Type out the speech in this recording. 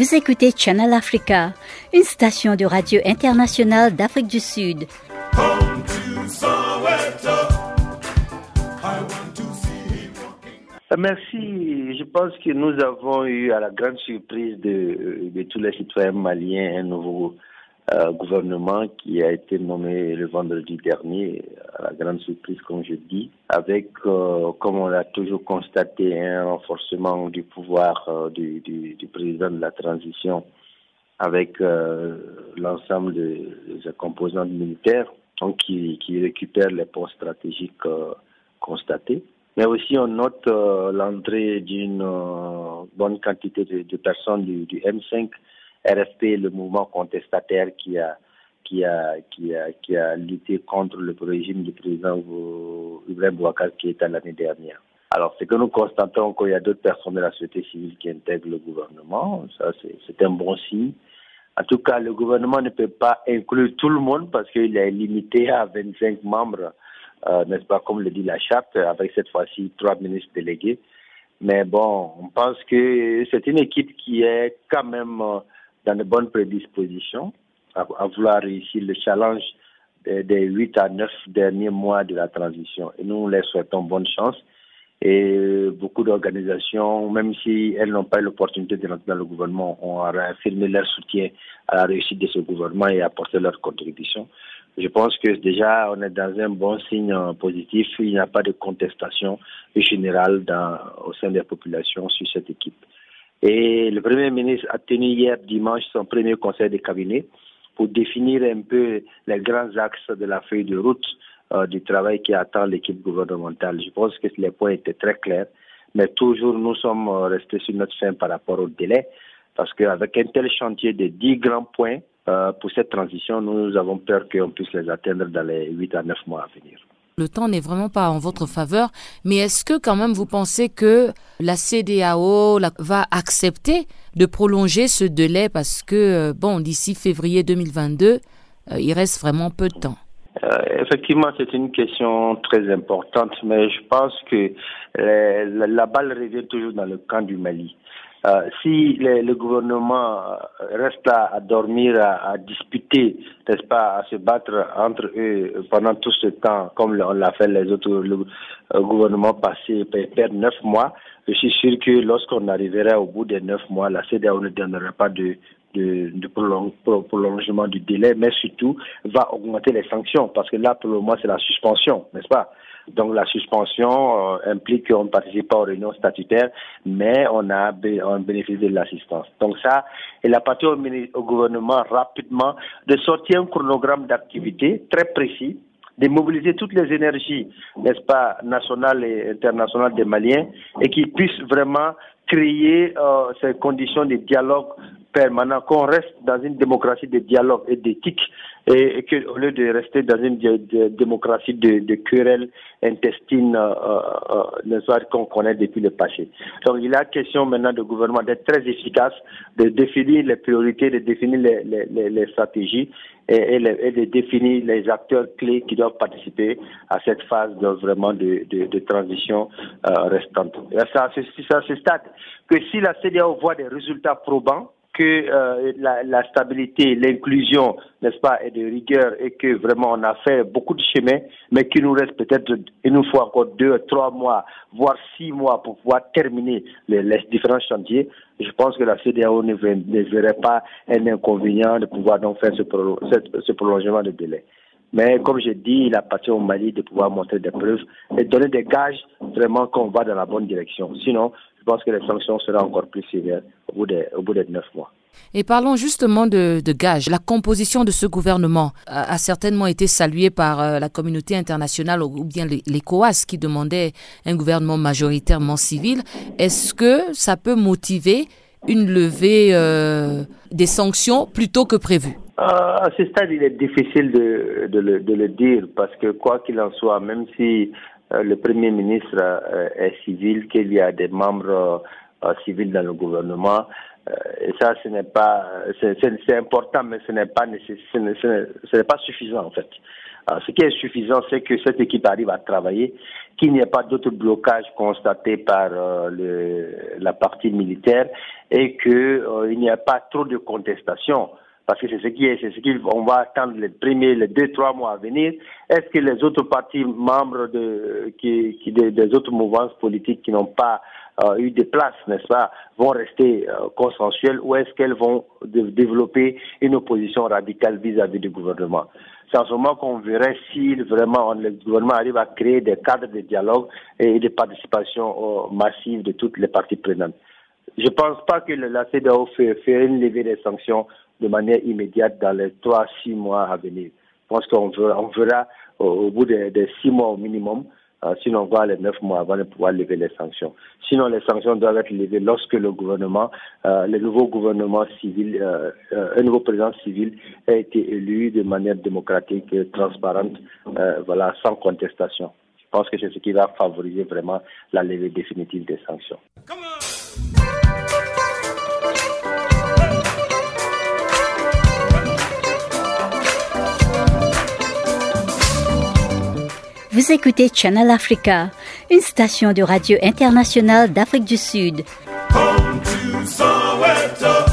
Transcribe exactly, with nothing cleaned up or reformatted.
Vous écoutez Channel Africa, une station de radio internationale d'Afrique du Sud. Merci. Je pense que nous avons eu, à la grande surprise de, de tous les citoyens maliens, un nouveau euh, gouvernement qui a été nommé le vendredi dernier, à la grande surprise, comme je dis, avec, euh, comme on l'a toujours constaté, un renforcement du pouvoir euh, du, du, du président de la transition avec euh, l'ensemble des, des composantes militaires, donc qui, qui récupèrent les postes stratégiques euh, constatés. Mais aussi, on note euh, l'entrée d'une euh, bonne quantité de, de personnes du, du M cinq R F P, le mouvement contestataire qui a, qui a, qui a, qui a lutté contre le régime du président Ibrahim Boubacar Keïta l'année dernière. Alors, c'est que nous constatons qu'il y a d'autres personnes de la société civile qui intègrent le gouvernement. Ça, c'est, c'est un bon signe. En tout cas, le gouvernement ne peut pas inclure tout le monde parce qu'il est limité à vingt-cinq membres. Euh, n'est-ce pas, comme le dit la charte, avec cette fois-ci trois ministres délégués. Mais bon, on pense que c'est une équipe qui est quand même euh, dans de bonnes prédispositions à, à vouloir réussir le challenge des, des huit à neuf derniers mois de la transition. Et nous les souhaitons bonne chance. Et beaucoup d'organisations, même si elles n'ont pas eu l'opportunité de rentrer dans le gouvernement, ont réaffirmé leur soutien à la réussite de ce gouvernement et apporté leur contribution. Je pense que déjà, on est dans un bon signe positif. Il n'y a pas de contestation générale dans, au sein des populations sur cette équipe. Et le Premier ministre a tenu hier dimanche son premier conseil de cabinet pour définir un peu les grands axes de la feuille de route euh, du travail qui attend l'équipe gouvernementale. Je pense que les points étaient très clairs, mais toujours nous sommes restés sur notre faim par rapport au délai, parce qu'avec un tel chantier de dix grands points, Euh, pour cette transition, nous avons peur qu'on puisse les atteindre dans les huit à neuf mois à venir. Le temps n'est vraiment pas en votre faveur, mais est-ce que quand même vous pensez que la C E D E A O la, va accepter de prolonger ce délai parce que, bon, d'ici février deux mille vingt-deux, euh, il reste vraiment peu de temps? Euh, effectivement, c'est une question très importante, mais je pense que euh, la, la balle revient toujours dans le camp du Mali. Euh, si le, le gouvernement reste à, à dormir, à, à disputer, n'est-ce pas, à se battre entre eux pendant tout ce temps, comme on l'a fait les autres le, le gouvernement passé, perdre neuf mois, je suis sûr que lorsqu'on arrivera au bout des neuf mois, la C E D E A O ne donnera pas de, de, de prolong, prolongement du délai, mais surtout va augmenter les sanctions, parce que là, pour le moment, c'est la suspension, n'est-ce pas? Donc la suspension euh, implique qu'on ne participe pas aux réunions statutaires, mais on a on bénéficie de l'assistance. Donc ça, il appartient au, au gouvernement rapidement de sortir un chronogramme d'activité très précis, de mobiliser toutes les énergies, n'est-ce pas, nationales et internationales des Maliens, et qui puissent vraiment créer euh, ces conditions de dialogue permanent, qu'on reste dans une démocratie de dialogue et d'éthique, et, et qu'au lieu de rester dans une de, de, démocratie de, de querelles intestines euh, euh, qu'on connaît depuis le passé. Donc il est question maintenant du gouvernement d'être très efficace, de définir les priorités, de définir les, les, les, les stratégies et, et, les, et de définir les acteurs clés qui doivent participer à cette phase de, vraiment de, de, de transition euh, restante. Et ça, c'est, c'est à ce stade que si la C E D E A O voit des résultats probants, que euh, la, la stabilité, l'inclusion, n'est-ce pas, est de rigueur et que vraiment on a fait beaucoup de chemin, mais qu'il nous reste peut-être, il nous faut encore deux, trois mois, voire six mois pour pouvoir terminer les, les différents chantiers. Je pense que la C E D E A O ne, ne verrait pas un inconvénient de pouvoir donc faire ce, pro, ce, ce prolongement de délai. Mais comme je dis, il appartient au Mali de pouvoir montrer des preuves et donner des gages vraiment qu'on va dans la bonne direction. Sinon, je pense que les sanctions seront encore plus sévères au bout des, au bout des neuf mois. Et parlons justement de, de gages. La composition de ce gouvernement a, a certainement été saluée par euh, la communauté internationale ou bien les, les COAS qui demandaient un gouvernement majoritairement civil. Est-ce que ça peut motiver une levée euh, des sanctions plutôt que prévu? À ce stade, il est difficile de, de, le, de le dire parce que quoi qu'il en soit, même si euh, le Premier ministre euh, est civil, qu'il y a des membres euh, civils dans le gouvernement, et ça, ce n'est pas, c'est, c'est, c'est important, mais ce n'est pas nécessaire, ce n'est, ce n'est pas suffisant en fait. Alors, ce qui est suffisant, c'est que cette équipe arrive à travailler, qu'il n'y ait pas d'autres blocages constatés par euh, le, la partie militaire et qu'il euh, n'y ait pas trop de contestation. Parce que c'est ce qui est, c'est ce qu'on va attendre les premiers, les deux, trois mois à venir. Est-ce que les autres partis membres de, qui, qui, des, des autres mouvances politiques qui n'ont pas euh, eu de place, n'est-ce pas, vont rester euh, consensuelles ou est-ce qu'elles vont de, développer une opposition radicale vis-à-vis du gouvernement? C'est en ce moment qu'on verrait si vraiment le gouvernement arrive à créer des cadres de dialogue et de participation euh, massive de toutes les parties prenantes. Je ne pense pas que la C E D E A O ferait une levée des sanctions de manière immédiate dans les trois, six mois à venir. Je pense qu'on verra, on verra au, au bout des, des six mois au minimum, euh, sinon on va les neuf mois avant de pouvoir lever les sanctions. Sinon, les sanctions doivent être levées lorsque le gouvernement, euh, le nouveau gouvernement civil, euh, euh, un nouveau président civil a été élu de manière démocratique, transparente, euh, voilà, sans contestation. Je pense que c'est ce qui va favoriser vraiment la levée définitive des sanctions. Vous écoutez Channel Africa, une station de radio internationale d'Afrique du Sud. Home to Soweto.